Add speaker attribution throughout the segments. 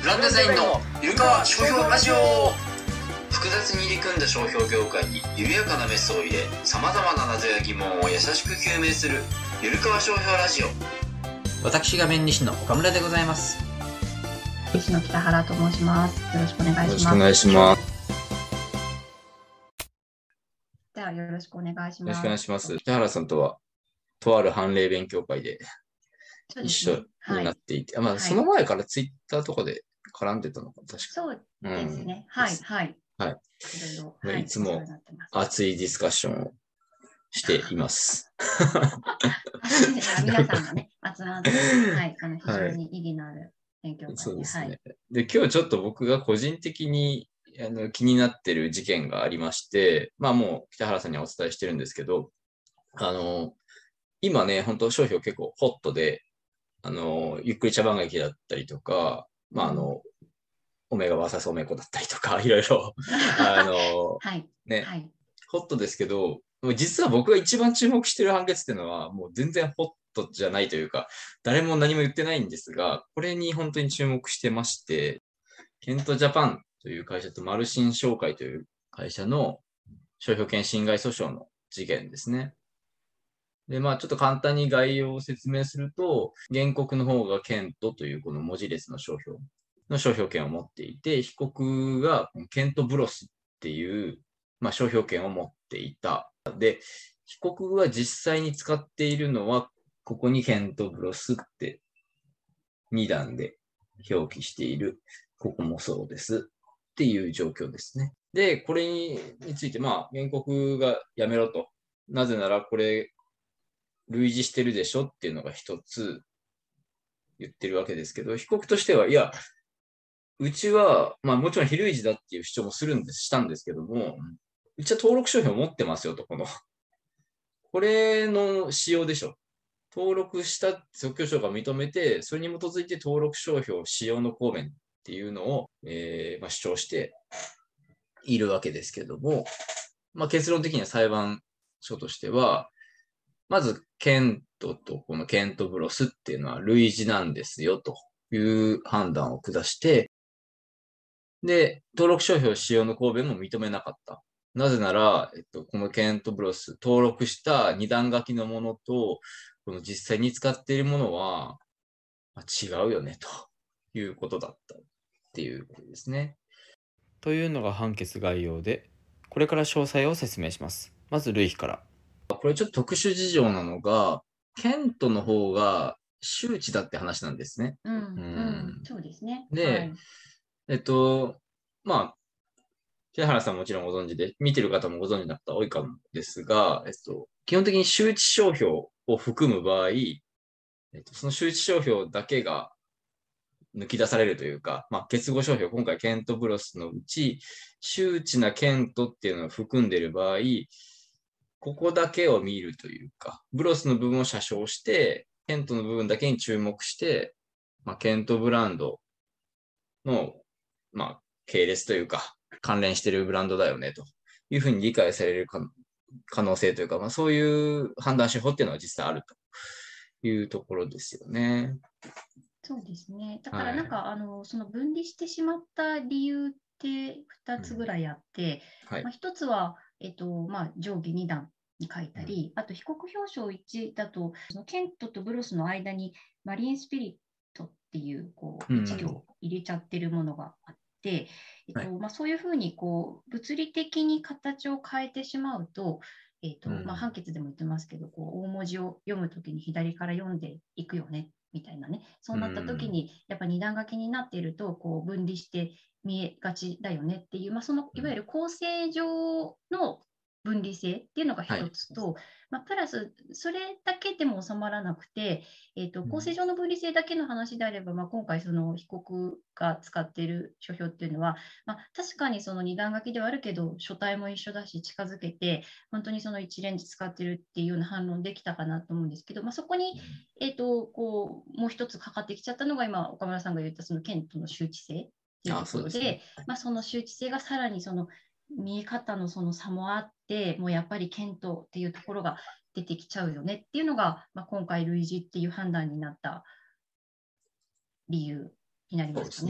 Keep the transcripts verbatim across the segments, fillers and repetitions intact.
Speaker 1: ブランドデザインのゆるかわ商標ラジオ。複雑に入り組んだ商標業界に緩やかなメスを入れ、さまざまな謎や疑問を優しく究明するゆるかわ商標ラジオ。私が弁理士の岡村でございます。
Speaker 2: 弁理士の北原と申します。よろしくお願いします。
Speaker 3: よろしくお願いします。
Speaker 2: ではよろしくお願いします。
Speaker 3: よろしくお願いします。北原さんとはとある判例勉強会で一緒になっていて、ね、はい、まあ、その前からツイッターとかで絡んでたのかな、確か。
Speaker 2: そうですね。うん、はい、はい。
Speaker 3: はい。いろいろ、はい、いつも熱いディスカッションをしています。
Speaker 2: 皆さんがね、集まって、はい、あの非常に意義のある勉強会で、
Speaker 3: そうですね。
Speaker 2: はい、
Speaker 3: で、今日ちょっと僕が個人的にあの気になってる事件がありまして、まあもう北原さんにはお伝えしてるんですけど、あの、今ね、本当商標結構ホットで、あの、ゆっくり茶番劇だったりとか、まああの、うん、オメガ ブイエス オメコだったりとか、いろいろ、あの、
Speaker 2: はい、
Speaker 3: ね、
Speaker 2: はい、
Speaker 3: ホットですけど、実は僕が一番注目している判決っていうのは、もう全然ホットじゃないというか、誰も何も言ってないんですが、これに本当に注目してまして、ケントジャパンという会社とマルシン商会という会社の商標権侵害訴訟の事件ですね。で、まあちょっと簡単に概要を説明すると、原告の方がケントというこの文字列の商標の商標権を持っていて、被告がケントブロスっていう、まあ、商標権を持っていた。で、被告は実際に使っているのは、ここにケントブロスってに段で表記している、ここもそうですっていう状況ですね。で、これについて、まあ、原告がやめろと。なぜならこれ、類似してるでしょっていうのが一つ言ってるわけですけど、被告としては、いや、うちは、まあもちろん非類似だっていう主張もするんです、したんですけども、うちは登録商標を持ってますよと、この。これの仕様でしょ。登録した即興商が認めて、それに基づいて登録商標使用の公弁っていうのを、えーまあ、主張しているわけですけども、まあ、結論的には裁判所としては、まず、ケントとこのケントブロスっていうのは類似なんですよという判断を下して、で、登録商標使用の公弁も認めなかった。なぜなら、えっと、このケントブロス、登録した二段書きのものと、この実際に使っているものは、まあ、違うよね、ということだったっていうことですね。というのが判決概要で、これから詳細を説明します。まず類比から。これちょっと特殊事情なのが、ケントの方が周知だって話なんですね。
Speaker 2: うん、うん、そうですね。
Speaker 3: で、はい、えっと、まあ、北原さんもちろんご存知で、見てる方もご存知の方多いかもですが、えっと、基本的に周知商標を含む場合、えっと、その周知商標だけが抜き出されるというか、まあ、結合商標、今回ケントブロスのうち、周知なケントっていうのを含んでいる場合、ここだけを見るというか、ブロスの部分を写生して、ケントの部分だけに注目して、まあ、ケントブランドの、まあ、系列というか、関連しているブランドだよね、というふうに理解される可能性というか、まあ、そういう判断手法っていうのは実際あるというところですよね。
Speaker 2: そうですね。だからなんか、はい、あのその分離してしまった理由ってふたつぐらいあって、うんはいまあ、ひとつは、えっとまあ、上下に段に書いたり、うん、あと被告表彰いちだと、そのケントとブロスの間にマリンスピリットっていうこういち行入れちゃってるものがあって、うんえっとまあ、そういうふうにこう物理的に形を変えてしまうと、えっとまあ、判決でも言ってますけど、こう大文字を読むときに左から読んでいくよね。みたいなね、そうなった時に、やっぱ二段書きになっていると、こう分離して見えがちだよねっていう、まあ、そのいわゆる構成上の分離性っていうのが一つと、はいまあ、プラス、それだけでも収まらなくて、えーと、構成上の分離性だけの話であれば、まあ、今回、その被告が使っている書標っていうのは、まあ、確かにその二段書きではあるけど、書体も一緒だし、近づけて、本当にその一連で使ってるっていうような反論できたかなと思うんですけど、まあ、そこに、えーと、こうもう一つかかってきちゃったのが、今、岡村さんが言ったそのケントの周知性っていうところで、ねまあ、その周知性がさらにその見え方のその差もあって、もうやっぱりケントっていうところが出てきちゃうよねっていうのが、まあ、今回類似っていう判断になった理由になりますかね。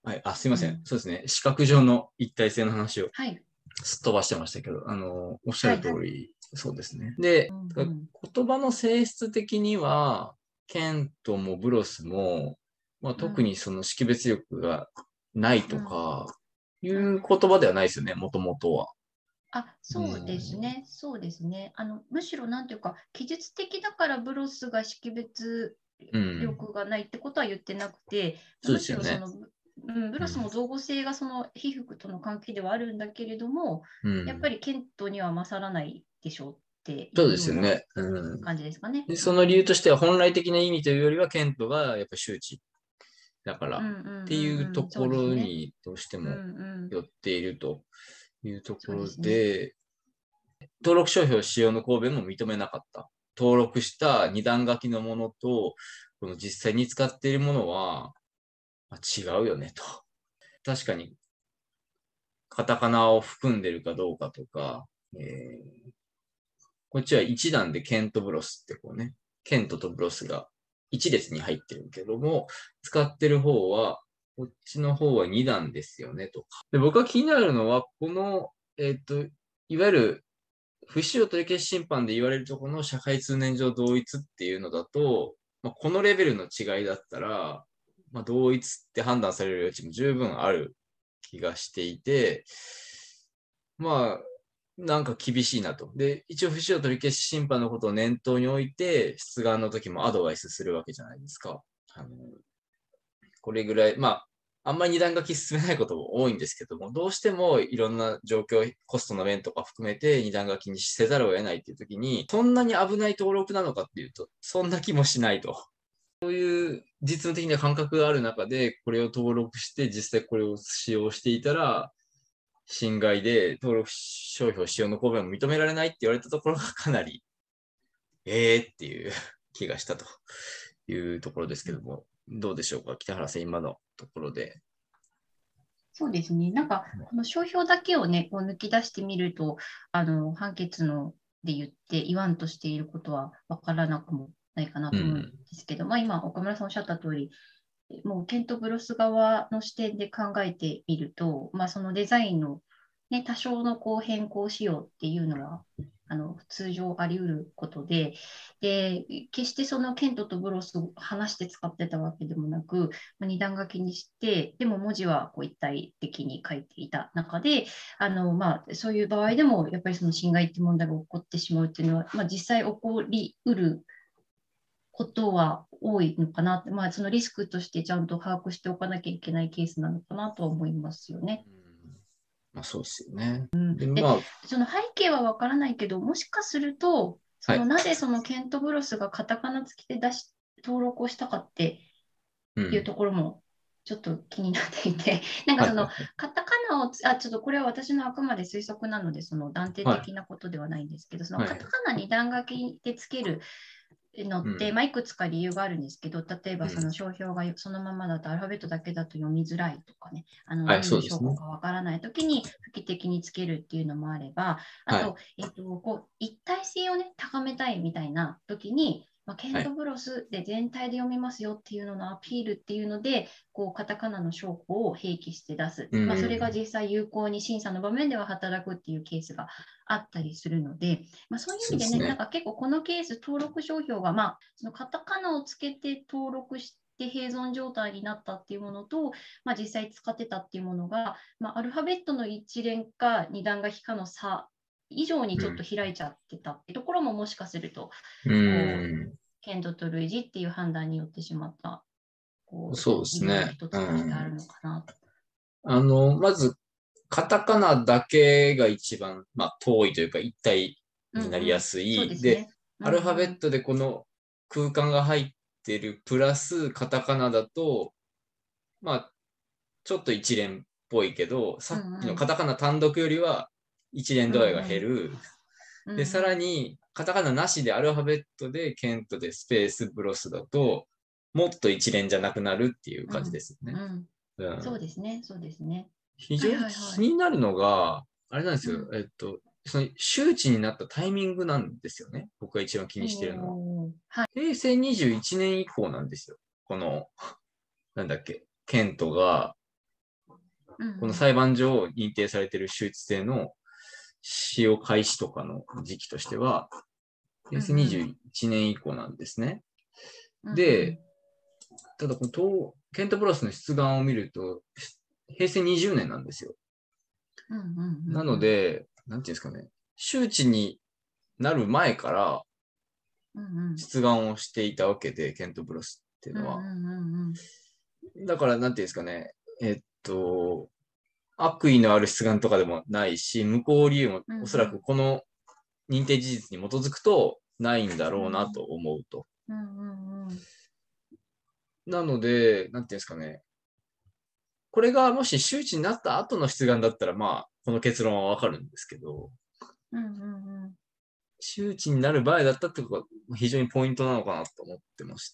Speaker 3: はい、あ、すいません。
Speaker 2: うん、
Speaker 3: そうですね。視覚上の一体性の話を
Speaker 2: はい。
Speaker 3: すっ飛ばしてましたけど、あの、おっしゃ
Speaker 2: はい。
Speaker 3: る通り、そうですね。で、
Speaker 2: うんうん、
Speaker 3: 言葉の性質的には、ケントもブロスも、まあ、特にその識別力がないとか、いう言葉ではないですよね、もともとは。
Speaker 2: あ、そうですね、そうですね。あのむしろなんていうか、記述的だからブロスが識別
Speaker 3: うん。
Speaker 2: 力がないってことは言ってなくて、
Speaker 3: そう
Speaker 2: む
Speaker 3: ですよね。
Speaker 2: しろその、うん、ブロスも造語性がその被服との関係ではあるんだけれども、
Speaker 3: うん。
Speaker 2: やっぱりケントには勝らないでしょうって
Speaker 3: そう
Speaker 2: いうような
Speaker 3: ですよね。うん。
Speaker 2: 感じですかね。
Speaker 3: で、
Speaker 2: うん、
Speaker 3: その理由としては本来的な意味というよりは、ケントがやっぱ周知だから
Speaker 2: うん、うん、
Speaker 3: っていう
Speaker 2: うん、うん、そう
Speaker 3: とこ
Speaker 2: ですね。
Speaker 3: ろにどうして
Speaker 2: うん、
Speaker 3: も
Speaker 2: うん、
Speaker 3: 寄っているというところ
Speaker 2: そうですね。
Speaker 3: で、登録商標使用の神戸も認めなかった。登録した二段書きのものと、この実際に使っているものは、まあ、違うよねと。確かに、カタカナを含んでるかどうかとか、えー、こっちは一段でケントブロスってこうね、ケントとブロスが一列に入ってるけども、使ってる方は、こっちの方は二段ですよねとか。で、僕が気になるのは、この、えっと、いわゆる不使用取り消し審判で言われるところの社会通念上同一っていうのだと、まあ、このレベルの違いだったら、まあ、同一って判断される余地も十分ある気がしていて、まあ、なんか厳しいなと。で、一応不使用取り消し審判のことを念頭に置いて、出願の時もアドバイスするわけじゃないですか。あのこれぐらい、まあ、あんまり二段書き進めないことも多いんですけども、どうしてもいろんな状況、コストの面とか含めて二段書きにせざるを得ないっていう時に、そんなに危ない登録なのかっていうと、そんな気もしないと。そういう実務的な感覚がある中で、これを登録して実際これを使用していたら、侵害で登録商標使用の公弁も認められないって言われたところがかなり、ええー、っていう気がしたというところですけども、どうでしょうか、北原さん、今のところで。
Speaker 2: そうですね。なんか、この商標だけをね、こう抜き出してみると、あの、判決ので言って言わんとしていることは分からなくもないかなと思うんですけど、うん、まあ今、岡村さんおっしゃった通り、もうケントブロス側の視点で考えてみると、まあそのデザインの、ね、多少のこう変更しようっていうのは、あの通常あり得ることで、で、決してそのケントとブロスを話して使ってたわけでもなく、まあ、二段書きにして、でも文字はこう一体的に書いていた中で、あのまあ、そういう場合でも、やっぱりその侵害っていう問題が起こってしまうっていうのは、まあ、実際起こりうることは多いのかなって、まあ、そのリスクとしてちゃんと把握しておかなきゃいけないケースなのかなとは思いますよね。
Speaker 3: まあ、そうですよね。
Speaker 2: うん、で、まあ、その背景はわからないけど、もしかすると、その、はい、なぜそのケントブロスがカタカナ付きで出し登録をしたかっていうところもちょっと気になっていて、うん、なんかその、はい、カタカナをあ、ちょっとこれは私のあくまで推測なので、その断定的なことではないんですけど、はい、そのカタカナに段書きでつけるのって、うん、まあ、いくつか理由があるんですけど、例えばその商標がそのままだとアルファベットだけだと読みづらいとかね、あの何の証拠かわからないときに不規的につけるっていうのもあれば、あと、はい、えっと、こう一体性を、ね、高めたいみたいなときに、まあ、ケントブロスで全体で読みますよっていうののアピールっていうので、こうカタカナの証拠を併記して出す、まあ、それが実際有効に審査の場面では働くっていうケースがあったりするので、まあ、そういう意味でね、でねなんか結構このケース、登録商標が、まあ、そのカタカナをつけて登録して併存状態になったっていうものと、まあ、実際使ってたっていうものが、まあ、アルファベットの一連か二段書きかの差以上にちょっと開いちゃってたっていうところももしかすると、うん、こうケントと類似っていう判断によってしまったこう
Speaker 3: そうですね。
Speaker 2: 一つとしてあるのかなと。
Speaker 3: うん、あのまずカタカナだけが一番、まあ、遠いというか一体になりやすい。うんうん、で、ねうんうん、アルファベットでこの空間が入ってるプラスカタカナだと、まあ、ちょっと一連っぽいけど、さっきのカタカナ単独よりは一連度合いが減る。うんうん、で、さらにカタカナなしでアルファベットでケントでスペースブロスだと、もっと一連じゃなくなるっていう感じですよね。
Speaker 2: うんうんうん、そうですね、そうですね。
Speaker 3: 非常に気になるのが、はいはいはい、あれなんですよ、うん、えっと、その周知になったタイミングなんですよね。僕が一番気にしてるのは。はい、へいせいにじゅういちねん以降なんですよ。この、なんだっけ、ケントがこの裁判上認定されている周知性の使用開始とかの時期としては、へいせいにじゅういちねん以降なんですね。で、ただこのケントブロスの出願を見ると、へいせいにじゅうねんなんですよ。なので、なんていうんですかね、周知になる前から出願をしていたわけで、ケントブロスっていうのは。だから、なんていうんですかね、えっと、悪意のある出願とかでもないし、無効理由もおそらくこの認定事実に基づくとないんだろうなと思うと。なので、なんていうんですかね、これがもし周知になった後の出願だったら、まあ、この結論はわかるんですけど、周知になる前だったってことが非常にポイントなのかなと思ってまして、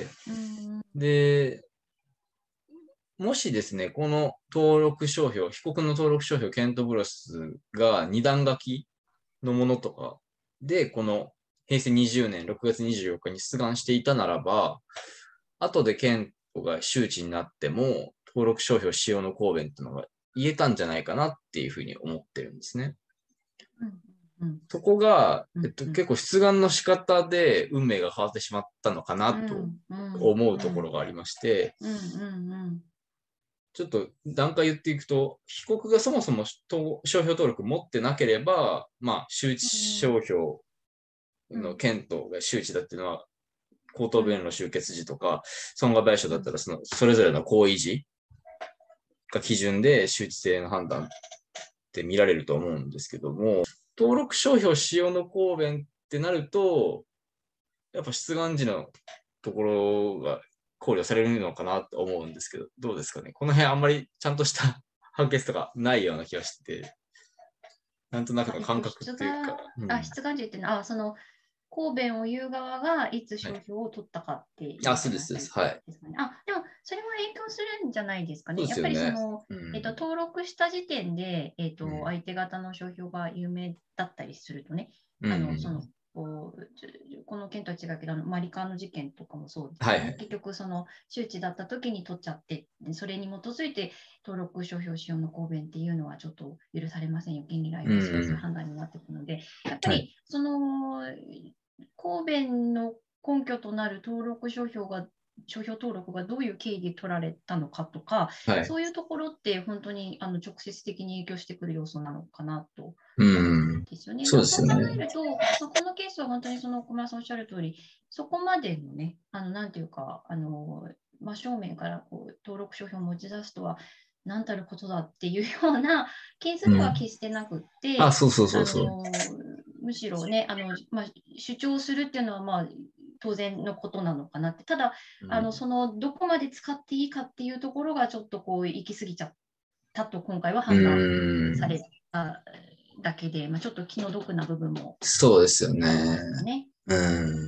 Speaker 3: で、もしですね、この登録商標、被告の登録商標ケントブロスが二段書きのものとかで、このへいせいにじゅうねんろくがつにじゅうよっかに出願していたならば、後でケントが周知になっても、登録商標使用の公弁っていうのが言えたんじゃないかなっていうふうに思ってるんですね。うんうん、そこが、えっと、結構出願の仕方で運命が変わってしまったのかなと思うところがありまして、ちょっと段階言っていくと、被告がそもそも商標登録持ってなければ、まあ、周知商標の権とが周知だっていうのは、口頭弁論終結時とか、損害賠償だったらその、それぞれの行為時が基準で周知性の判断って見られると思うんですけども、登録商標使用の公弁ってなると、やっぱ出願時のところが考慮されるのかなと思うんですけど、どうですかね。この辺あんまりちゃんとした判決とかないような気がしてて、なんとなくの感覚っていうか。
Speaker 2: うん、あ、出願時っていうのは、あ、その、公弁を言う側がいつ商標を取ったかっていう、
Speaker 3: はい、あ、そうです。はい。
Speaker 2: あ、でも、それは影響するんじゃないですかね。やっぱりその、うん、えっと、登録した時点で、えっと、うん、相手方の商標が有名だったりするとね、うん、あの、その、この件とは違うけど、あのマリカーの事件とかもそうですね、はい、結局、その周知だった時に取っちゃって、それに基づいて登録商標使用の公弁っていうのはちょっと許されませんよ、権利来ですという判断になってくるので、やっぱり、その、はい、公弁の根拠となる登録商標が商標登録がどういう経緯で取られたのかとか、はい、そういうところって本当にあの直接的に影響してくる要素なのかなと思うんですよね。そうですよね。そう考えると、まあ、このケースは本当にその小村さんおっしゃる通り、そこまでのね、あのなんていうか、あの真正面からこう登録商標を持ち出すとは何たることだっていうようなケースでは決してなくって、あ、そうそうそうそう。むしろね、あのまあ、主張するっていうのは、まあ、当然のことなのかなって。ただ、うん、あのそのどこまで使っていいかっていうところがちょっとこう行き過ぎちゃったと今回は判断されただけで、まあ、ちょっと気の毒な部分も、
Speaker 3: そうですよね。ねうん。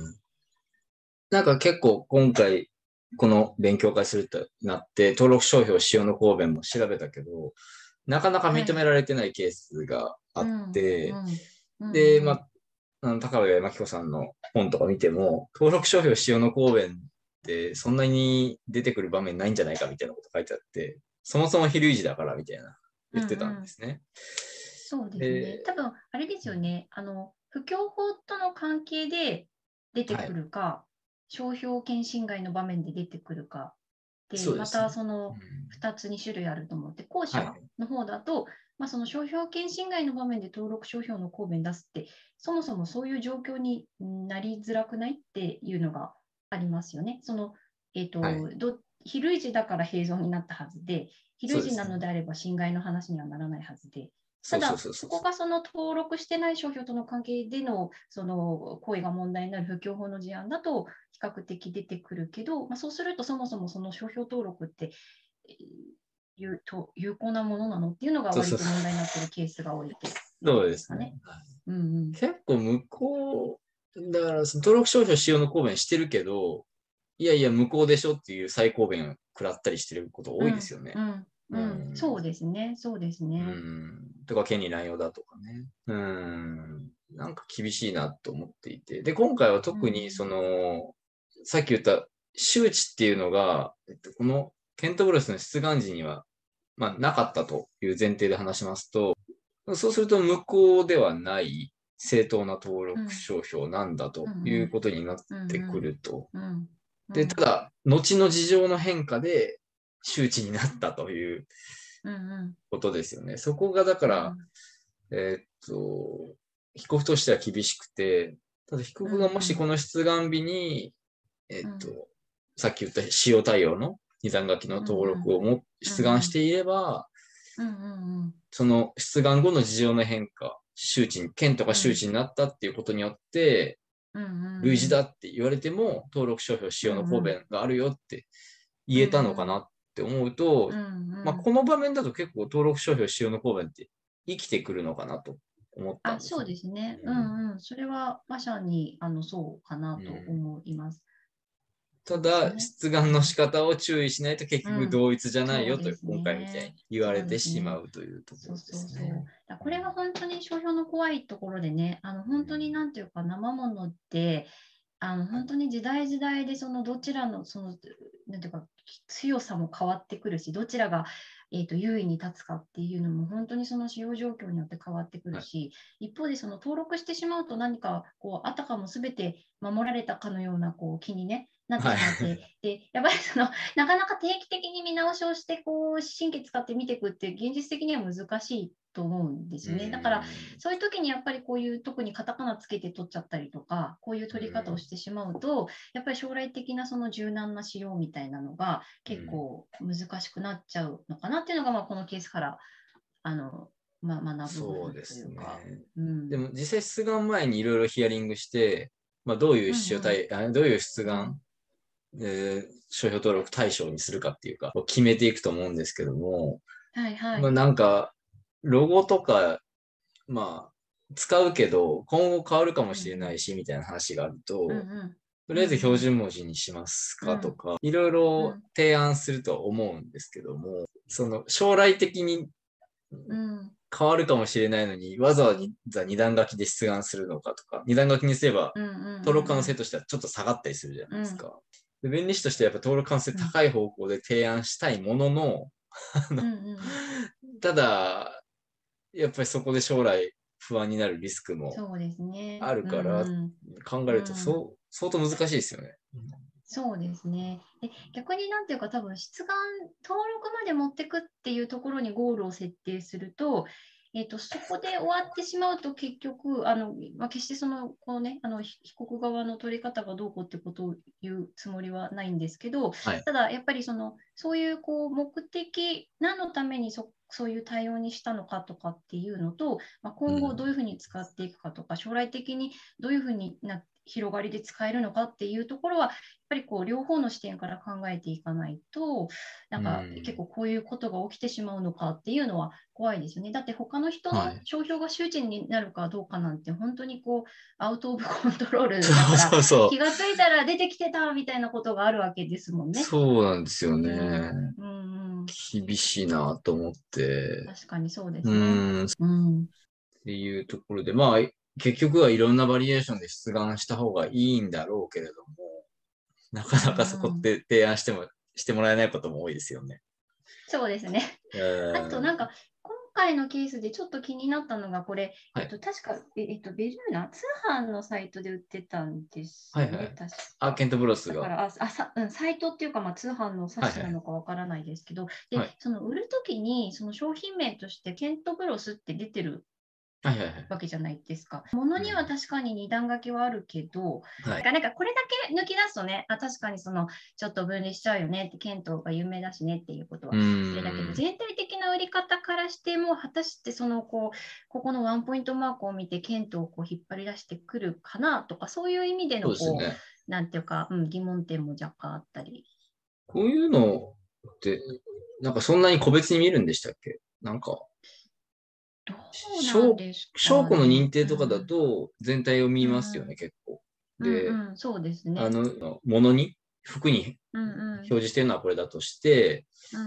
Speaker 3: なんか結構今回この勉強会するとなって登録商標使用の公弁も調べたけど、なかなか認められてないケースがあって、はいうんうん、で、まあ、あの高部真紀子さんの本とか見ても、登録商標使用の公弁ってそんなに出てくる場面ないんじゃないかみたいなこと書いてあって、そもそも非類似だからみたいな言ってたんですね。
Speaker 2: うんうん、そうですね。多分あれですよね。あの不協法との関係で出てくるか、はい、商標権侵害の場面で出てくるかで、でね、またそのふたつに種類あると思って、後者の方だと、はいまあ、その商標権侵害の場面で登録商標の公弁出すって、そもそもそういう状況になりづらくないっていうのがありますよね。その、えーとはい、ど非類似だから併存になったはずで、非類似なのであれば侵害の話にはならないはずで、ただ、そこがその登録してない商標との関係でのその行為が問題になる不協法の事案だと比較的出てくるけど、まあ、そうするとそもそもその商標登録って有, と有効なものなのっていうのが割と問題になっているケースが多いって
Speaker 3: そうですね。うんうん、結構無効、だからその登録商標使用の公弁してるけど、いやいや無効でしょっていう再公弁を食らったりしてること多いですよね。
Speaker 2: うんうんうんうん、そうですね、そうですね。
Speaker 3: うん、とか、権利乱用だとかね。うん、なんか厳しいなと思っていて。で、今回は特にその、うん、さっき言った周知っていうのが、えっと、このケントブロスの出願時にはまあ、なかったという前提で話しますと、そうすると無効ではない正当な登録商標なんだということになってくると。で、ただ、後の事情の変化で周知になったということですよね。そこがだから、えー、っと、被告としては厳しくて、ただ被告がもしこの出願日に、えー、っと、さっき言った使用対応の二段書きの登録をも出願していれば、その出願後の事情の変化、周知に、県とか周知になったっていうことによって、類似だって言われても、登録商標使用の方便があるよって言えたのかなって思うと、まあ、この場面だと結構登録商標使用の方便って生きてくるのかなと思ったんです、ね。
Speaker 2: あ、そうですね。うんうん。それはまさにあのそうかなと思います。
Speaker 3: ただ、出願の仕方を注意しないと結局同一じゃないよと、うんね、今回みたいに言われてしまうというところですね。そうそうそう。
Speaker 2: これが本当に商標の怖いところでね、あの本当になんていうか生ものって、あの本当に時代時代でそのどちらのそのなんていうか強さも変わってくるし、どちらがえーと優位に立つかっていうのも本当にその使用状況によって変わってくるし、はい、一方でその登録してしまうと何かこうあたかも全て守られたかのようなこう気に、ね、なってしまって、はい、でやっぱりそのなかなか定期的に見直しをしてこう神経使って見ていくって現実的には難しいと思うんですね。だからそういう時にやっぱりこういう特にカタカナつけて取っちゃったりとかこういう取り方をしてしまうとやっぱり将来的なその柔軟な使用みたいなのが結構難しくなっちゃうのかなっていうのがまあこのケースからあの、まあ、学ぶ部分というか。そうですね。
Speaker 3: うん、でも実際出願前にいろいろヒアリングして、まあ、どういう使用対、うんうん、どういう出願、うんえー、商標登録対象にするかっていうか決めていくと思うんですけども、
Speaker 2: はいはい
Speaker 3: まあ、なんかロゴとかまあ使うけど今後変わるかもしれないし、うん、みたいな話があると、うんうん、とりあえず標準文字にしますかとか、いろいろ提案するとは思うんですけども、その将来的に変わるかもしれないのに、わざわざ二段書きで出願するのかとか、二段書きにすれば登録可能性としてはちょっと下がったりするじゃないですか。うん、で弁理士としてはやっぱ登録可能性高い方向で提案したいものの、うん、ただ、やっぱりそこで将来不安になるリスクもあるから考えるとそう、うん、相当難しいですよね。
Speaker 2: そうですね。で逆になんていうか多分出願登録まで持ってくっていうところにゴールを設定すると、えーと、そこで終わってしまうと結局あの、まあ、決してそのこの、ね、あの被告側の取り方がどうこうってことを言うつもりはないんですけど、はい、ただやっぱりそのそういう、こう目的何のために そ, そういう対応にしたのかとかっていうのと、まあ、今後どういうふうに使っていくかとか、うん、将来的にどういうふうになって広がりで使えるのかっていうところはやっぱりこう両方の視点から考えていかないとなんか結構こういうことが起きてしまうのかっていうのは怖いですよね。だって他の人の商標が周知になるかどうかなんて本当にこうアウトオブコントロールだから
Speaker 3: そうそうそう
Speaker 2: 気がついたら出てきてたみたいなことがあるわけですもんね。
Speaker 3: そうなんですよね。
Speaker 2: うんうんうん、
Speaker 3: 厳しいなと思って。
Speaker 2: 確かにそうですね。うんうん、
Speaker 3: っていうところでまあ結局はいろんなバリエーションで出願した方がいいんだろうけれども、なかなかそこって提案しても、うん、してもらえないことも多いですよね。
Speaker 2: そうですね。あとなんか今回のケースでちょっと気になったのがこれ、はい、えっと、確か、えっと、ベルーナ通販のサイトで売ってたんですよね。はいはい、確か
Speaker 3: あ、ケントブロスが。
Speaker 2: だからああさ、うん、サイトっていうか、まあ、通販の冊子なのかわからないですけど、はいはい、でその売るときにその商品名としてケントブロスって出てる
Speaker 3: はいはいはい、
Speaker 2: わけじゃないですか。ものには確かに二段書きはあるけど、うん、なんかなんかこれだけ抜き出すとね、あ確かにそのちょっと分離しちゃうよねって、ケントが有名だしねっていうことはそれだけど、全体的な売り方からしても果たしてそのこうここのワンポイントマークを見てケントをこう引っ張り出してくるかなとか、そういう意味でのこう、そうですね、なんていうか、うん、疑問点も若干あったり。
Speaker 3: こういうのってなんかそんなに個別に見るんでしたっけ？なんか証拠の認定とかだと全体を見ますよね、うん、結構。で、
Speaker 2: うんうん、そうですね。
Speaker 3: あの、ものに、服に表示してるのはこれだとして、うんうん、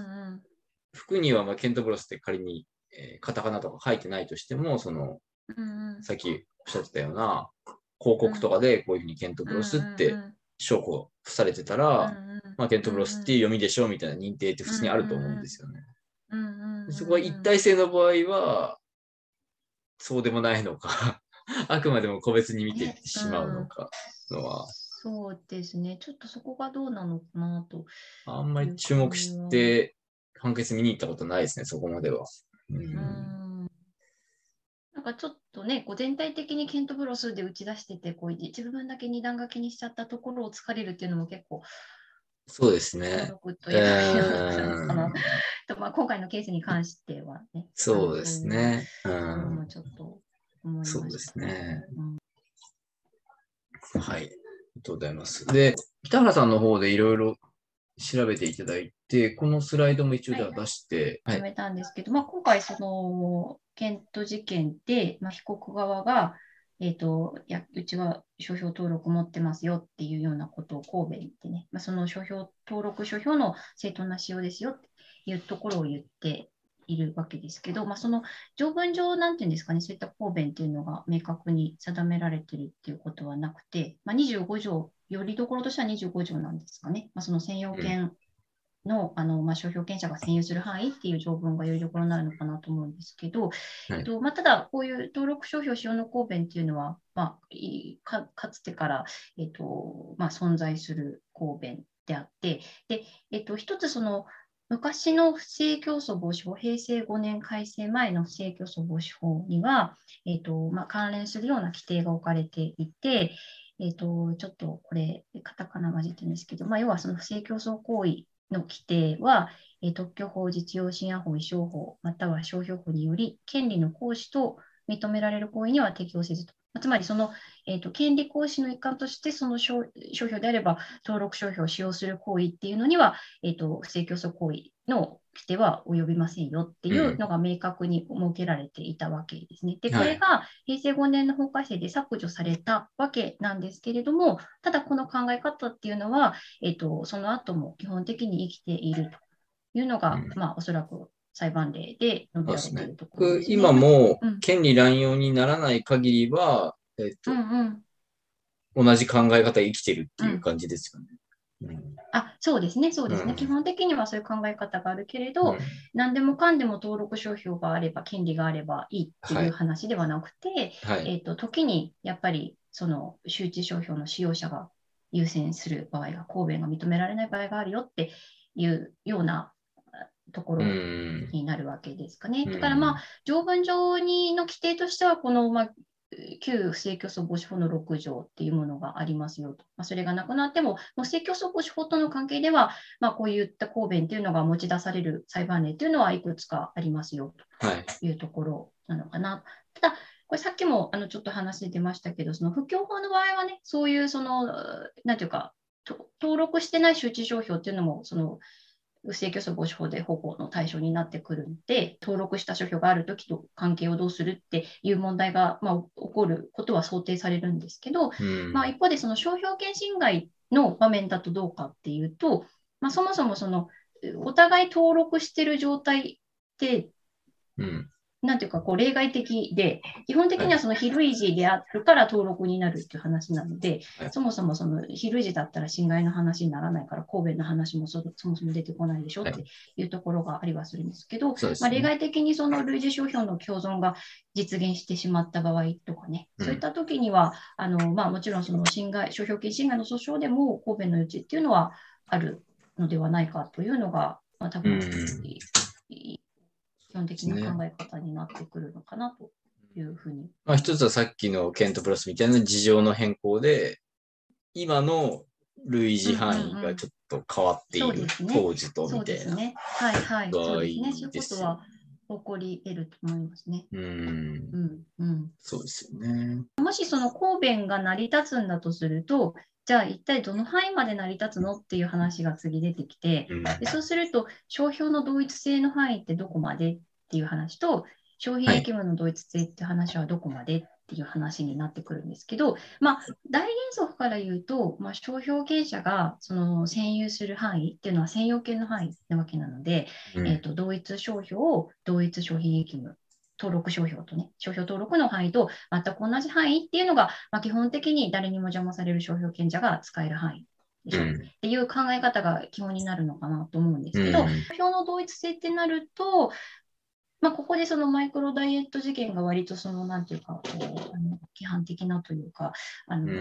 Speaker 3: 服にはまあケントブロスって仮に、えー、カタカナとか書いてないとしても、その、うんうん、さっきおっしゃってたような広告とかでこういうふうにケントブロスって証拠されてたら、うんうん、まあ、ケントブロスっていう読みでしょうみたいな認定って普通にあると思うんですよね。
Speaker 2: うんうんうん、
Speaker 3: そこは一体性の場合は、そうでもないのか、あくまでも個別に見てしまうのかのは、ね
Speaker 2: うん、そうですね。ちょっとそこがどうなのかなと。
Speaker 3: あんまり注目して判決見に行ったことないですね、そこまでは。うん、
Speaker 2: うんなんかちょっとね、こう全体的にケントブロスで打ち出してて、こう一部分だけ二段書きにしちゃったところを疲れるっていうのも結構、
Speaker 3: そうです
Speaker 2: 登
Speaker 3: ね。
Speaker 2: 録というのかな。とまあ、今回のケースに関してはね、
Speaker 3: そうですね。
Speaker 2: あのそういうところもちょっと思い
Speaker 3: そうで
Speaker 2: ました
Speaker 3: すね。
Speaker 2: うん、
Speaker 3: はい。ありがとうございます。で、北原さんの方でいろいろ調べていただいて、このスライドも一応じゃあ出して、
Speaker 2: はい、決めたんですけど、まあ、今回、その、ケント事件で、まあ、被告側が、えっ、ー、と、いや、うちは商標登録持ってますよっていうようなことを神戸に行ってね、まあ、その商標登録商標の正当な使用ですよっていうところを言っているわけですけど、まあ、その条文上、なんていうんですかね、そういった公弁っていうのが明確に定められているっていうことはなくて、まあ、にじゅうご条、よりどころとしてはにじゅうご条なんですかね、まあ、その専用権の、あのまあ、商標権者が占有する範囲っていう条文がよりどころになるのかなと思うんですけど、はいえっとまあ、ただ、こういう登録商標使用の公弁っていうのは、まあ、かかつてから、えっとまあ、存在する公弁であって、でえっと、一つその昔の不正競争防止法、へいせいごねん改正前の不正競争防止法には、えっとまあ、関連するような規定が置かれていて、えっと、ちょっとこれ、カタカナ混じってるんですけど、まあ、要はその不正競争行為の規定は、え特許法、実用新案法、意商法、または商標法により、権利の行使と認められる行為には適用せずと。つまり、その、えーと、権利行使の一環として、その商標であれば、登録商標を使用する行為っていうのには、えーと、不正競争行為の規定は及びませんよっていうのが明確に設けられていたわけですね。で、これがへいせいごねんの法改正で削除されたわけなんですけれども、ただこの考え方っていうのは、えっと、その後も基本的に生きているというのが、うん、まあ、おそらく裁判例で述べられているところですね。
Speaker 3: 今も権利乱用にならない限りは、うん、えっと、うんうん、同じ考え方生きてるっていう感じですよね。
Speaker 2: うん、あそうですね、そうですね、うん、基本的にはそういう考え方があるけれど、うん、何でもかんでも登録商標があれば、権利があればいいっていう話ではなくて、はいえーと、時にやっぱりその周知商標の使用者が優先する場合が、公弁が認められない場合があるよっていうようなところになるわけですかね。うん、だからまあ、条文上にの規定としては、この、まあ旧不正競争防止法のろく条っていうものがありますよと。まあ、それがなくなっても、もう不正競争防止法との関係では、まあ、こういった公弁というのが持ち出される裁判例というのはいくつかありますよというところなのかな。はい、ただ、これさっきもあのちょっと話出ましたけど、その不協法の場合はね、そういうその、なんていうか、登録してない周知商標っていうのも、その、不正競争防止法で保護の対象になってくるので、登録した商標があるときと関係をどうするっていう問題が、まあ、起こることは想定されるんですけど、うんまあ、一方でその商標権侵害の場面だとどうかっていうと、まあ、そもそもそのお互い登録している状態って、うんなんていうか、こう、例外的で、基本的にはその非類似であるから登録になるっていう話なので、はい、そもそもその非類似だったら侵害の話にならないから、神戸の話も そ, そもそも出てこないでしょっていうところがありはするんですけど、はいまあ、例外的にその類似商標の共存が実現してしまった場合とかね、うん、そういった時には、あのまあ、もちろんその侵害、商標権侵害の訴訟でも神戸の余地っていうのはあるのではないかというのが、まあ、多分、うん基本的な考え方になってくるのかなというふうに。
Speaker 3: まあ、一つはさっきのケントプラスみたいな事情の変更で、今の類似範囲がちょっと変わっている、うんうんうんね、当時とみたいな。そうですね。
Speaker 2: はいはい。そうですね。そういうことは起こり得ると思いますね。うん。
Speaker 3: うんうん。そうですよね。
Speaker 2: もしその公弁が成り立つんだとすると、じゃあ一体どの範囲まで成り立つのっていう話が次出てきて、うん、でそうすると商標の同一性の範囲ってどこまでっていう話と、商品役務の同一性っていう話はどこまでっていう話になってくるんですけど、まあ、大原則から言うと、まあ、商標権者がその占有する範囲っていうのは専用権の範囲なわけなので、うんえー、と同一商標を同一商品役務登録商標とね、商標登録の範囲と全く同じ範囲っていうのが、まあ、基本的に誰にも邪魔される商標権者が使える範囲でしょ、うん、っていう考え方が基本になるのかなと思うんですけど、うん、商標の同一性ってなると、まあ、ここでそのマイクロダイエット事件が割とそのなんていうかこうあの規範的なというかあの、うん、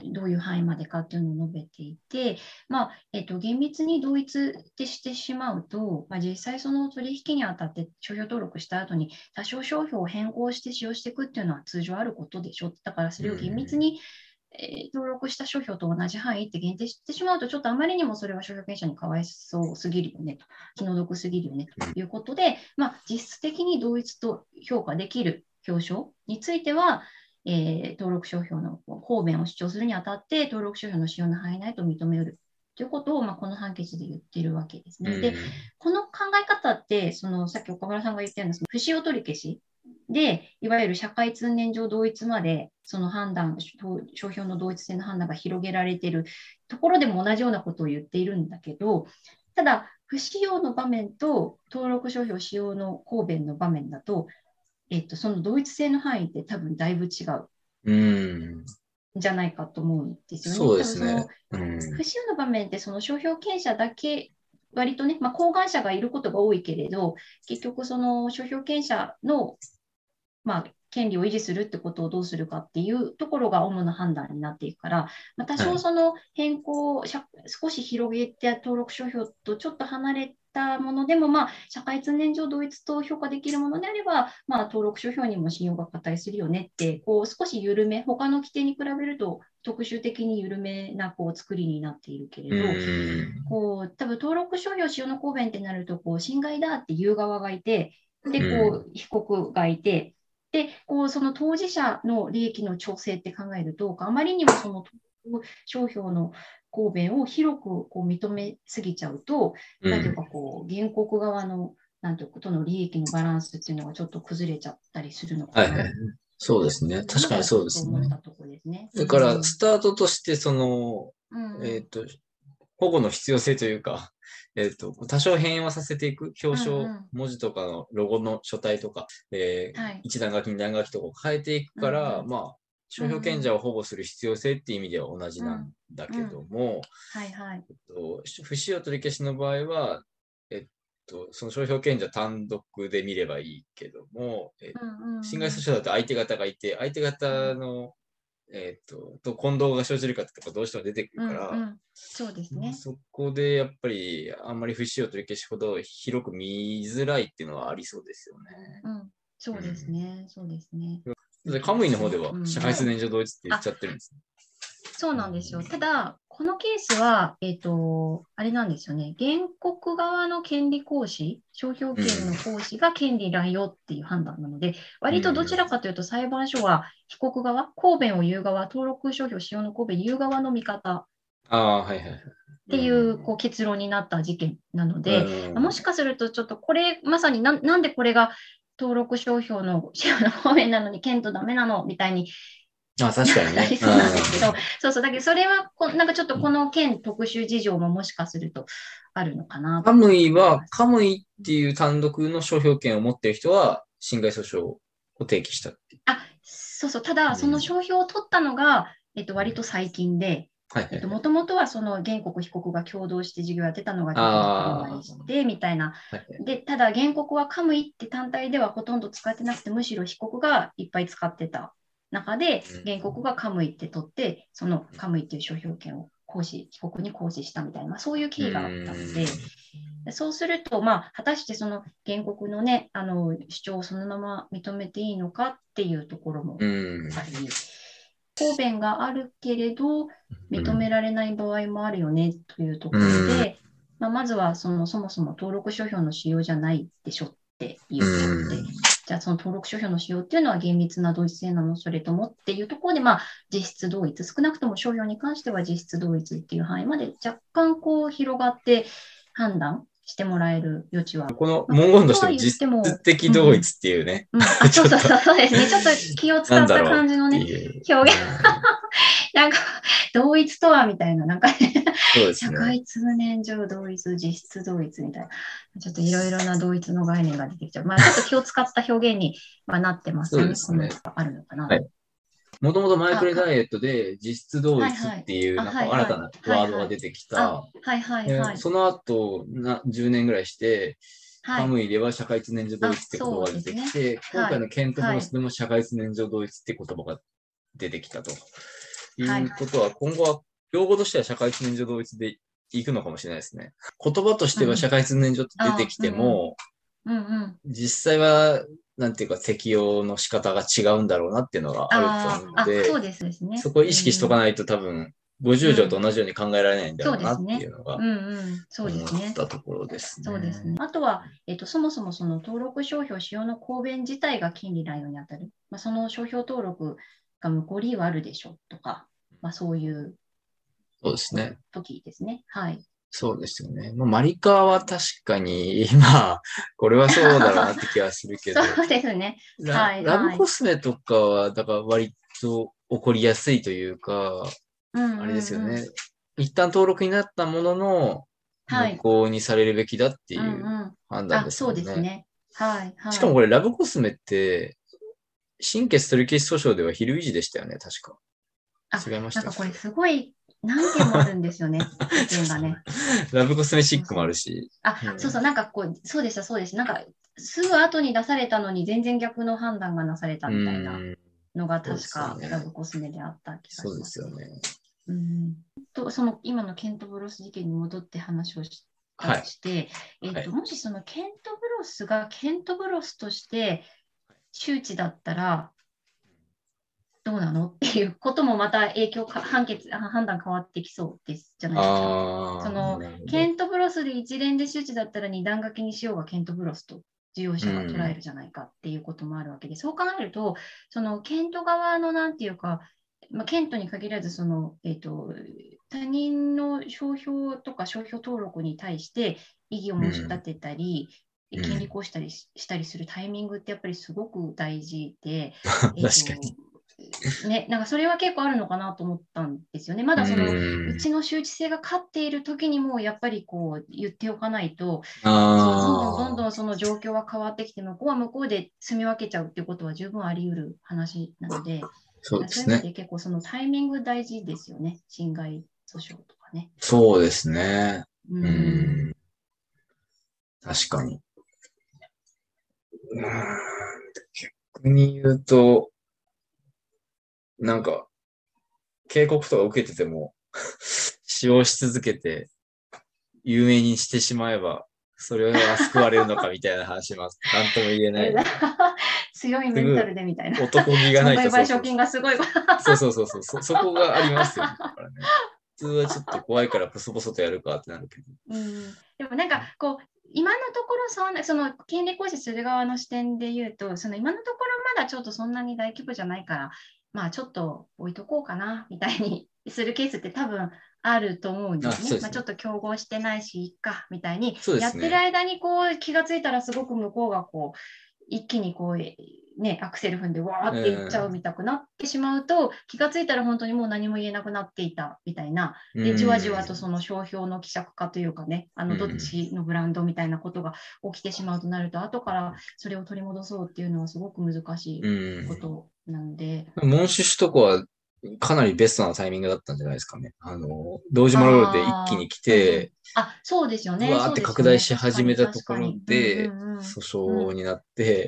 Speaker 2: どういう範囲までかっていうのを述べていて、まあえっと、厳密に同一でしてしまうと、まあ、実際その取引にあたって商標登録した後に多少商標を変更して使用していくっていうのは通常あることでしょ。だからそれを厳密に、うんえー、登録した商標と同じ範囲って限定してしまうと、ちょっとあまりにもそれは商標権者にかわいそうすぎるよねと、気の毒すぎるよねということで、まあ、実質的に同一と評価できる表彰については、えー、登録商標の方便を主張するにあたって、登録商標の使用の範囲内と認めるということを、まあ、この判決で言っているわけですね。で、この考え方って、そのさっき岡村さんが言ったような、その不使用取り消しで、いわゆる社会通念上同一まで、その判断、商標の同一性の判断が広げられているところでも同じようなことを言っているんだけど、ただ、不使用の場面と登録商標使用の公弁の場面だと、えっと、その同一性の範囲って多分だいぶ違う。うんじゃないかと思うんですよね。
Speaker 3: そうですね。
Speaker 2: うん、不使用の場面ってその商標権者だけ割とね、まあ、考願者がいることが多いけれど、結局その商標権者のまあ、権利を維持するってことをどうするかっていうところが主な判断になっていくから、まあ、多少その変更を、はい、少し広げて登録商標とちょっと離れたものでも、まあ、社会通念上同一と評価できるものであれば、まあ、登録商標にも信用が加担するよねって、こう少し緩め、他の規定に比べると特殊的に緩めなこう作りになっているけれど、こう多分登録商標使用の公弁ってなるとこう侵害だって言う側がいて、でこう被告がいて、でこうその当事者の利益の調整って考えると、あまりにもその商標の公弁を広くこう認めすぎちゃうと、うん、なんていうかこう原告側のなんていうことの利益のバランスっていうのがちょっと崩れちゃったりするのかな。
Speaker 3: はいはい、そうですね。確かにそうですね。だからスタートとしてその、うん、えっと保護の必要性というか、えっと、多少変容させていく、表彰、うんうん、文字とかのロゴの書体とか、えーはい、一段書き、二段書きとかを変えていくから、うんうん、まあ、商標権者を保護する必要性っていう意味では同じなんだけども、不使用取り消しの場合は、えっと、その商標権者単独で見ればいいけども、えうんうん、侵害訴訟だと相手方がいて、相手方の、えっと、と混同が生じるかとかどうしても出てくるから、
Speaker 2: うんうん、そうですね。
Speaker 3: そこでやっぱりあんまり不使用取り消しほど広く見づらいっていうのはありそうですよね。
Speaker 2: うん、そうですね、うん、そうですね。
Speaker 3: カムイの方では社会通念上同一って言っちゃってるんですね。
Speaker 2: そうなんですよ。ただ、このケースは、えっと、あれなんですよね。原告側の権利行使、商標権の行使が権利乱用っていう判断なので、うん、割とどちらかというと裁判所は被告側、公弁を言う側、登録商標使用の公弁を言う側の味方。
Speaker 3: ああ、はいはいはい。
Speaker 2: っていうこう結論になった事件なので、うん、もしかするとちょっとこれ、まさに な, なんでこれが登録商標の使用の方面なのに、県とダメなのみたいに。
Speaker 3: あ、確かにね。
Speaker 2: そうなんですけど、そうそう、だけどそれはこ、なんかちょっとこの県特殊事情ももしかするとあるのかな。
Speaker 3: カムイは、カムイっていう単独の商標権を持っている人は、侵害訴訟を提起したっていう。
Speaker 2: あ、そうそう、ただ、その商標を取ったのが、えっと、割と最近で、もともとはその原告被告が共同して事業やってたのがちょっと車にしてみたいな。で、ただ原告はカムイって単体ではほとんど使ってなくて、むしろ被告がいっぱい使ってた中で、原告がカムイって取って、そのカムイっていう商標権を行使、被告に行使したみたいな、まあ、そういう経緯があったので、そうすると、まあ、果たしてその原告のね、あの主張をそのまま認めていいのかっていうところもあり、公弁があるけれど認められない場合もあるよねというところで、うんまあ、まずはそのそもそも登録商標の使用じゃないでしょっていうことで、うん、じゃあその登録商標の使用っていうのは厳密な同一性なのそれともっていうところで、まあ、実質同一、少なくとも商標に関しては実質同一っていう範囲まで若干こう広がって判断してもらえる余地は。
Speaker 3: この文言としても実質的同一っていうね。
Speaker 2: うんうん、あそうそうそうそうですね。ちょっと気を使った感じのね、表現。なんか、同一とはみたいな、なんか、ねね、社会通念上同一、実質同一みたいな、ちょっといろいろな同一の概念が出てきちゃう。まあ、ちょっと気を使った表現にはなってますね。
Speaker 3: そうですね。
Speaker 2: このあるのかな。
Speaker 3: はいもともとマイクロダイエットで実質同一っていうなんか新たなワードが出てきた。その後なじゅうねんぐらいして、カムイでは社会通念上同一って言葉が出てきて、ね、今回のケントブロスでも社会通念上同一って言葉が出てきたと。はい、いうことは、今後は用語としては社会通念上同一でいくのかもしれないですね。言葉としては社会通念上って出てきても、
Speaker 2: うんうん、
Speaker 3: 実際は、なんていうか適用の仕方が違うんだろうなっていうのがあると思うので、
Speaker 2: そうですね、
Speaker 3: そこを意識しとかないと多分、ごじゅう条と同じように考えられないんだろうなっていうのが、思ったところですね。
Speaker 2: そうですね。あとは、えっと、そもそもその登録商標使用の公弁自体が権利内容にあたる。まあ、その商標登録が無効理由あるでしょとか、まあ、そういう
Speaker 3: そうですね。
Speaker 2: 時ですね。はい。
Speaker 3: そうですよね。まあ、マリカは確かに、まあ、これはそうだろうなって気がするけど。
Speaker 2: そうですね。
Speaker 3: はい、ラブコスメとかは、だから割と起こりやすいというか、うんうんうん、あれですよね。一旦登録になったものの、無効にされるべきだっていう判断ですよね。
Speaker 2: そうですね。はい、はい。
Speaker 3: しかもこれ、ラブコスメって、新決取消訴訟では非類似でしたよね、確か。違いました。
Speaker 2: なんかこれすごい何件もあるんですよね、意見がね。
Speaker 3: ラブコスメシックもあるし。
Speaker 2: あ、うん、そうそう、なんかこう、そうでした、そうでした。なんか、すぐ後に出されたのに全然逆の判断がなされたみたいなのが確かラブコスメであった気がします。
Speaker 3: そうですよね。
Speaker 2: うん、とその今のケントブロス事件に戻って話を し,、はい、して、えーとはい、もしそのケントブロスがケントブロスとして周知だったらどうなのっていうこともまた影響か判決判断変わってきそうですじゃないですか。そのケントブロスで一連で周知だったら二段書きにしようがケントブロスと事業者が捉えるじゃないかっていうこともあるわけで、うん、そう考えるとそのケント側のなんていうか、まあ、ケントに限らずその、えーと、他人の商標とか商標登録に対して異議を申し立てたり、うん、権利行使したりしたりするタイミングってやっぱりすごく大事で、
Speaker 3: えー、確かに。
Speaker 2: ね、なんかそれは結構あるのかなと思ったんですよね。まだそのうちの周知性が勝っている時にもやっぱりこう言っておかないと、そうどんどんどんどんその状況は変わってきて、向こうは向こうで住み分けちゃうっていうことは十分あり得る話なので、
Speaker 3: そうですね。
Speaker 2: そういう意味で結構そのタイミング大事ですよね。侵害訴訟とかね。
Speaker 3: そうですね。うん。うん確かに。うん逆に言うと、なんか、警告とか受けてても、使用し続けて、有名にしてしまえば、それは救われるのかみたいな話も、なんとも言えない。
Speaker 2: 強いメンタルでみたいな。
Speaker 3: 男気がないと。
Speaker 2: 損害賠償金がすごい。
Speaker 3: そうそうそうそうそ。そこがありますよね。だからね普通はちょっと怖いから、ポソポソとやるかってなるけど。
Speaker 2: うん、でもなんか、こう、今のところそん、その権利行使する側の視点で言うと、その今のところまだちょっとそんなに大規模じゃないから、まあちょっと置いとこうかなみたいにするケースって多分あると思うんですね。あ、そうですね。まあ、ちょっと競合してないし、いっかみたいに、やってる間にこう気がついたらすごく向こうがこう、一気にこう、ね、アクセル踏んでわーっていっちゃうみたくなってしまうと、えー、気がついたら本当にもう何も言えなくなっていたみたいな、でじわじわとその商標の希釈化というかね、あのどっちのブランドみたいなことが起きてしまうとなると、後からそれを取り戻そうっていうのはすごく難しいことなので。
Speaker 3: 問種取得はかなりベストなタイミングだったんじゃないですかね。あの、堂島ロールで一気に来て、
Speaker 2: あ、そうですよね。
Speaker 3: わーって拡大し始めたところで、訴訟になって、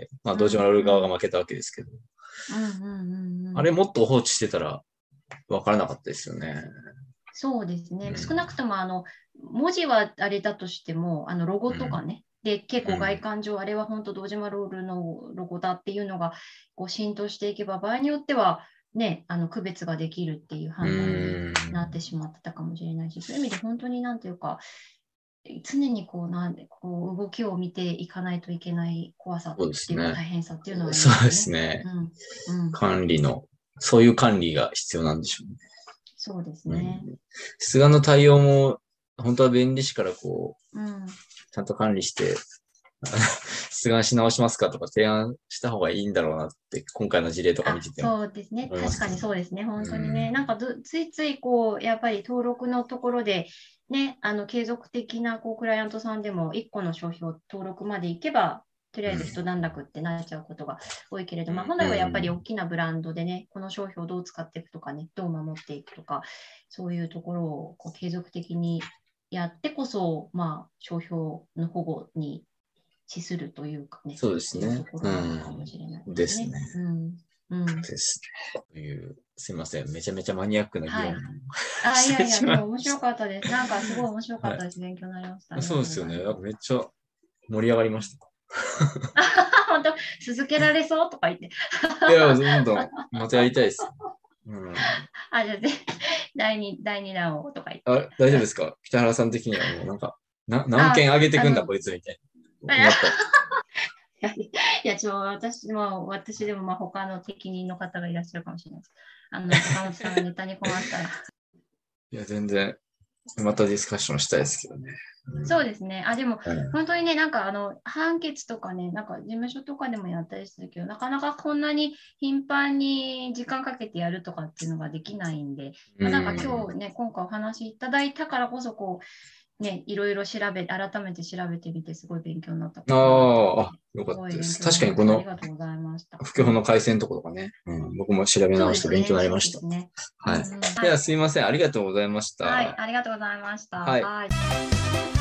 Speaker 3: まあ、堂島ロール側が負けたわけですけど。あれもっと放置してたら分からなかったですよね。
Speaker 2: そうですね。うん、少なくとも、あの、文字はあれだとしても、あの、ロゴとかね、うん、で、結構外観上、うん、あれは本当、堂島ロールのロゴだっていうのが、こう、浸透していけば、場合によっては、ね、あの区別ができるっていう判断になってしまってたかもしれないし、そういう意味で本当になんていうか、常にこうなんでこう動きを見ていかないといけない怖さっていうか大変さっていうのはありますね。
Speaker 3: そうですね。うんうん、管理の、そういう管理が必要なんでしょうね。
Speaker 2: そうですね。
Speaker 3: 出願の対応も本当は弁理士からこう、うん、ちゃんと管理して、出願し直しますかとか提案した方がいいんだろうなって、今回の事例とか見てても。
Speaker 2: そうですね。確かにそうですね。本当にね。うん、なんかついついこう、やっぱり登録のところで、ね、あの継続的なこうクライアントさんでもいっこの商標登録までいけばとりあえず一段落ってなっちゃうことが多いけれど、うん、まあ、本来はやっぱり大きなブランドでね、この商品をどう使っていくとかね、どう守っていくとか、そういうところをこう継続的にやってこそ、まあ、商標の保護に資するというかね。
Speaker 3: そうですね。
Speaker 2: ところなのかもしれない
Speaker 3: ですね。
Speaker 2: うんうん、
Speaker 3: ですね。という、すいません。めちゃめちゃマニアックな議論、はい。
Speaker 2: あ、いやいや、でも面白かったです。なんかすごい面白かったです。はい、勉強になりました、ね。
Speaker 3: そうですよね。めっちゃ盛り上がりました。
Speaker 2: 本当、続けられそうとか言って。
Speaker 3: いや、どんどんまたやりたいです。うん、
Speaker 2: あ、じゃあ、だいに、だいにだんをとか言って。
Speaker 3: あ、大丈夫ですか？北原さん的にはもうなんか、な何件上げてくんだ、こいつみたいな。い
Speaker 2: や、ちょ、私も、私でも、まあ、他の適任の方がいらっしゃるかもしれないです。あの、坂本さんがネタに困ったら。い
Speaker 3: や、全然、またディスカッションしたいですけどね。
Speaker 2: うん、そうですね。あ、でも、うん、本当にね、なんか、あの、判決とかね、なんか、事務所とかでもやったりするけど、なかなかこんなに頻繁に時間かけてやるとかっていうのができないんで、まあ、なんか今日ね、今回お話いただいたからこそ、こう、ね、いろいろ調べ、改めて調べてみて、すごい勉強になった。
Speaker 3: ああ、よかったです。確かにこの、不況の回線とことかね、うん、僕も調べ直して勉強になりました。ね、はい。では、すいません。ありがとうございました。
Speaker 2: はい、ありがとうございました。はい。はい